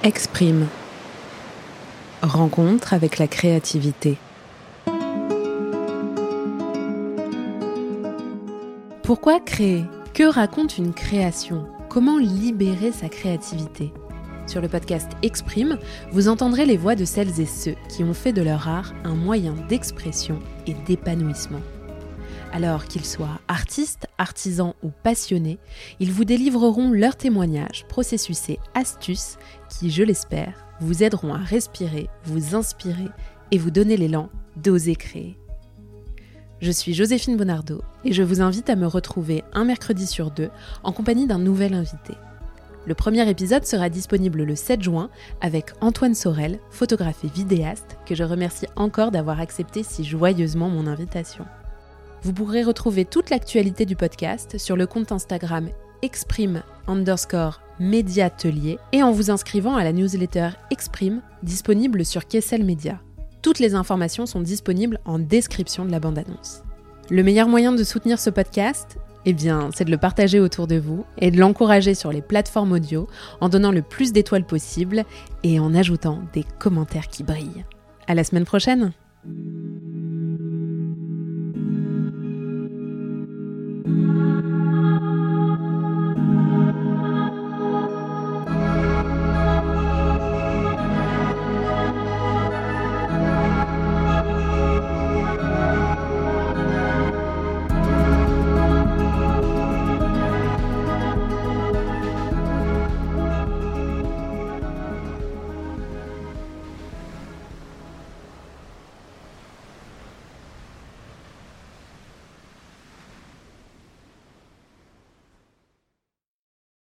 Exprime. Rencontre avec la créativité. Pourquoi créer ? Que raconte une création ? Comment libérer sa créativité ? Sur le podcast Exprime, vous entendrez les voix de celles et ceux qui ont fait de leur art un moyen d'expression et d'épanouissement. Alors qu'ils soient artistes, artisans ou passionnés, ils vous délivreront leurs témoignages, processus et astuces qui, je l'espère, vous aideront à respirer, vous inspirer et vous donner l'élan d'oser créer. Je suis Joséphine Bonardo et je vous invite à me retrouver un mercredi sur 2 en compagnie d'un nouvel invité. Le premier épisode sera disponible le 7 juin avec Antoine Sorel, photographe et vidéaste, que je remercie encore d'avoir accepté si joyeusement mon invitation. Vous pourrez retrouver toute l'actualité du podcast sur le compte Instagram exprime_médiatelier et en vous inscrivant à la newsletter Exprime disponible sur Kessel Media. Toutes les informations sont disponibles en description de la bande-annonce. Le meilleur moyen de soutenir ce podcast, c'est de le partager autour de vous et de l'encourager sur les plateformes audio en donnant le plus d'étoiles possible et en ajoutant des commentaires qui brillent. À la semaine prochaine!